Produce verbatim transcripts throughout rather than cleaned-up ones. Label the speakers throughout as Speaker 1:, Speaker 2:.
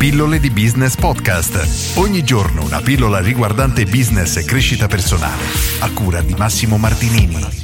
Speaker 1: Pillole di Business Podcast. Ogni giorno una pillola riguardante business e crescita personale. A cura di Massimo Martinini.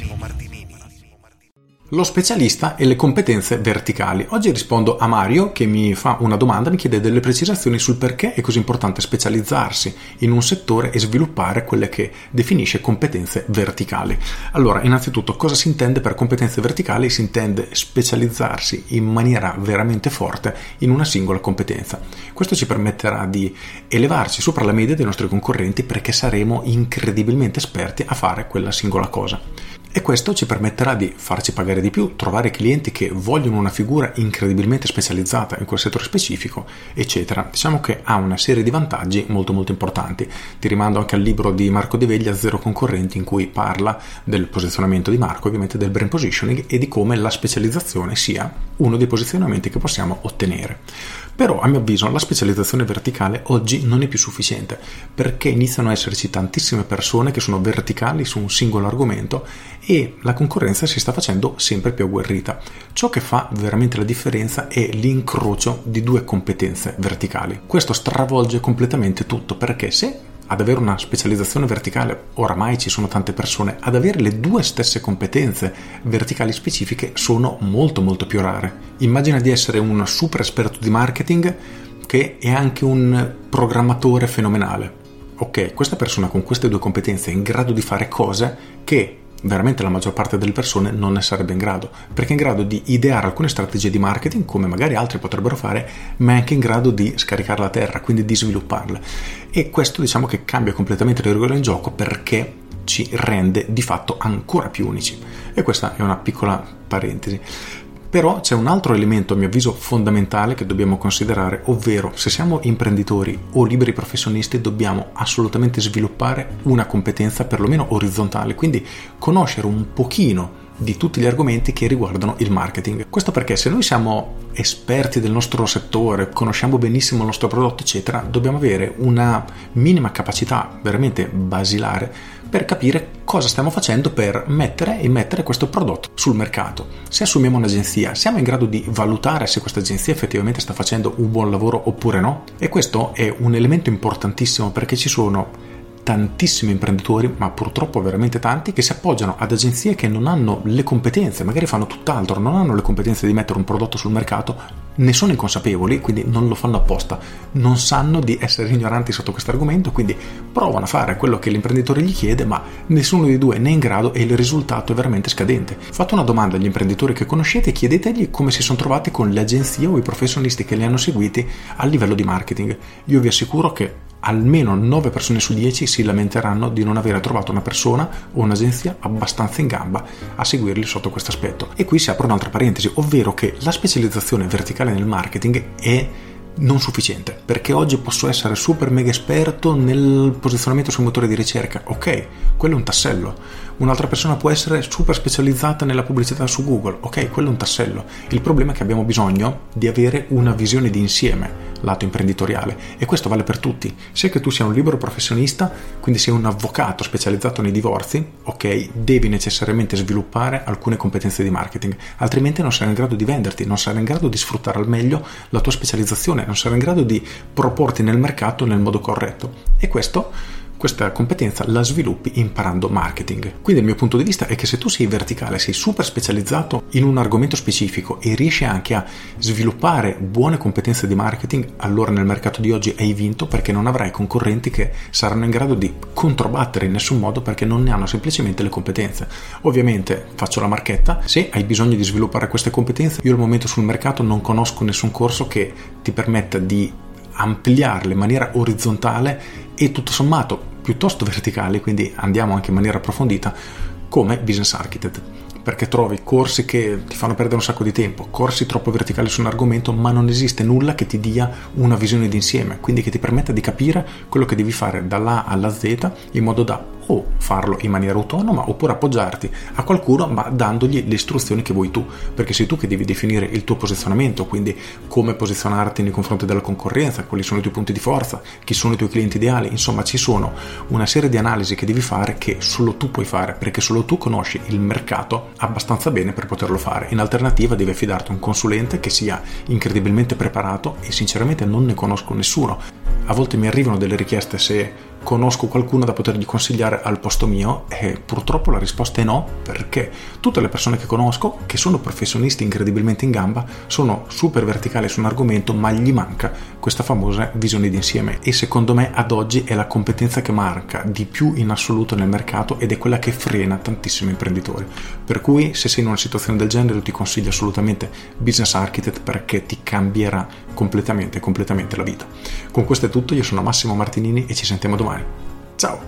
Speaker 2: Lo specialista e le competenze verticali. Oggi rispondo a Mario che mi fa una domanda, mi chiede delle precisazioni sul perché è così importante specializzarsi in un settore e sviluppare quelle che definisce competenze verticali. Allora, innanzitutto, cosa si intende per competenze verticali? Si intende specializzarsi in maniera veramente forte in una singola competenza. Questo ci permetterà di elevarci sopra la media dei nostri concorrenti perché saremo incredibilmente esperti a fare quella singola cosa. E questo ci permetterà di farci pagare di più, trovare clienti che vogliono una figura incredibilmente specializzata in quel settore specifico, eccetera. Diciamo che ha una serie di vantaggi molto molto importanti. Ti rimando anche al libro di Marco De Veglia, Zero Concorrenti, in cui parla del posizionamento di marca, ovviamente del brand positioning e di come la specializzazione sia uno dei posizionamenti che possiamo ottenere. Però a mio avviso la specializzazione verticale oggi non è più sufficiente perché iniziano a esserci tantissime persone che sono verticali su un singolo argomento e la concorrenza si sta facendo sempre più agguerrita. Ciò che fa veramente la differenza è l'incrocio di due competenze verticali. Questo stravolge completamente tutto perché se ad avere una specializzazione verticale, oramai ci sono tante persone, ad avere le due stesse competenze verticali specifiche sono molto molto più rare. Immagina di essere un super esperto di marketing che è anche un programmatore fenomenale. Ok, questa persona con queste due competenze è in grado di fare cose che veramente la maggior parte delle persone non ne sarebbe in grado, perché è in grado di ideare alcune strategie di marketing come magari altri potrebbero fare, ma è anche in grado di scaricarla a terra, quindi di svilupparla. E questo diciamo che cambia completamente le regole in gioco perché ci rende di fatto ancora più unici. E questa è una piccola parentesi. Però c'è un altro elemento a mio avviso fondamentale che dobbiamo considerare, ovvero se siamo imprenditori o liberi professionisti dobbiamo assolutamente sviluppare una competenza perlomeno orizzontale, quindi conoscere un pochino di tutti gli argomenti che riguardano il marketing. Questo perché se noi siamo esperti del nostro settore, conosciamo benissimo il nostro prodotto eccetera, dobbiamo avere una minima capacità veramente basilare per capire cosa stiamo facendo per mettere e mettere questo prodotto sul mercato. Se assumiamo un'agenzia, siamo in grado di valutare se questa agenzia effettivamente sta facendo un buon lavoro oppure no? E questo è un elemento importantissimo perché ci sono tantissimi imprenditori, ma purtroppo veramente tanti, che si appoggiano ad agenzie che non hanno le competenze, magari fanno tutt'altro, non hanno le competenze di mettere un prodotto sul mercato, ne sono inconsapevoli, quindi non lo fanno apposta, non sanno di essere ignoranti sotto questo argomento, quindi provano a fare quello che l'imprenditore gli chiede, ma nessuno dei due ne è in grado e il risultato è veramente scadente. Fate una domanda agli imprenditori che conoscete e chiedetegli come si sono trovati con le agenzie o i professionisti che li hanno seguiti a livello di marketing. Io vi assicuro che almeno nove persone su dieci si lamenteranno di non aver trovato una persona o un'agenzia abbastanza in gamba a seguirli sotto questo aspetto. E qui si apre un'altra parentesi, ovvero che la specializzazione verticale nel marketing è non sufficiente, perché oggi posso essere super mega esperto nel posizionamento sui motori di ricerca, ok, quello è un tassello. Un'altra persona può essere super specializzata nella pubblicità su Google, ok, quello è un tassello. Il problema è che abbiamo bisogno di avere una visione di insieme lato imprenditoriale e questo vale per tutti. Sia che tu sia un libero professionista, quindi sei un avvocato specializzato nei divorzi, ok, devi necessariamente sviluppare alcune competenze di marketing, altrimenti non sarai in grado di venderti, non sarai in grado di sfruttare al meglio la tua specializzazione, non sarai in grado di proporti nel mercato nel modo corretto. E questo Questa competenza la sviluppi imparando marketing. Quindi il mio punto di vista è che se tu sei verticale, sei super specializzato in un argomento specifico e riesci anche a sviluppare buone competenze di marketing, allora nel mercato di oggi hai vinto perché non avrai concorrenti che saranno in grado di controbattere in nessun modo perché non ne hanno semplicemente le competenze. Ovviamente faccio la marchetta, se hai bisogno di sviluppare queste competenze, io al momento sul mercato non conosco nessun corso che ti permetta di ampliarle in maniera orizzontale e tutto sommato piuttosto verticali, quindi andiamo anche in maniera approfondita come Business Architect, perché trovi corsi che ti fanno perdere un sacco di tempo, corsi troppo verticali su un argomento, ma non esiste nulla che ti dia una visione d'insieme, quindi che ti permetta di capire quello che devi fare dall'A alla Z in modo da o farlo in maniera autonoma oppure appoggiarti a qualcuno ma dandogli le istruzioni che vuoi tu, perché sei tu che devi definire il tuo posizionamento, quindi come posizionarti nei confronti della concorrenza, quali sono i tuoi punti di forza, chi sono i tuoi clienti ideali. Insomma, ci sono una serie di analisi che devi fare che solo tu puoi fare, perché solo tu conosci il mercato abbastanza bene per poterlo fare. In alternativa devi affidarti a un consulente che sia incredibilmente preparato, e sinceramente non ne conosco nessuno. A volte mi arrivano delle richieste se conosco qualcuno da potergli consigliare al posto mio, e purtroppo la risposta è no, perché tutte le persone che conosco, che sono professionisti incredibilmente in gamba, sono super verticali su un argomento, ma gli manca questa famosa visione d'insieme, e secondo me ad oggi è la competenza che manca di più in assoluto nel mercato ed è quella che frena tantissimi imprenditori. Per cui se sei in una situazione del genere io ti consiglio assolutamente Business Architect, perché ti cambierà completamente completamente la vita. Con questo è tutto, io sono Massimo Martinini e ci sentiamo domani. Ciao!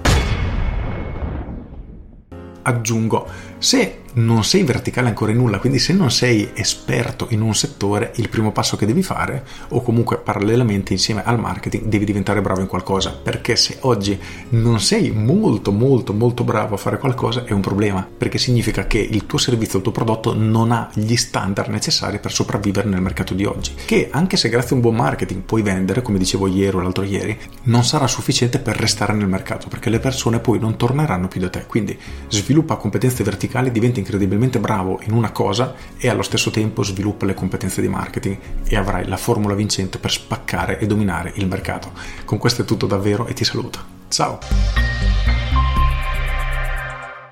Speaker 2: Aggiungo, se non sei verticale ancora in nulla, quindi se non sei esperto in un settore, il primo passo che devi fare, o comunque parallelamente insieme al marketing, devi diventare bravo in qualcosa, perché se oggi non sei molto molto molto bravo a fare qualcosa è un problema, perché significa che il tuo servizio, il tuo prodotto non ha gli standard necessari per sopravvivere nel mercato di oggi, che anche se grazie a un buon marketing puoi vendere, come dicevo ieri o l'altro ieri, non sarà sufficiente per restare nel mercato, perché le persone poi non torneranno più da te. Quindi sviluppa competenze verticali, diventa incredibilmente bravo in una cosa e allo stesso tempo sviluppa le competenze di marketing, e avrai la formula vincente per spaccare e dominare il mercato. Con questo è tutto davvero e ti saluto. Ciao!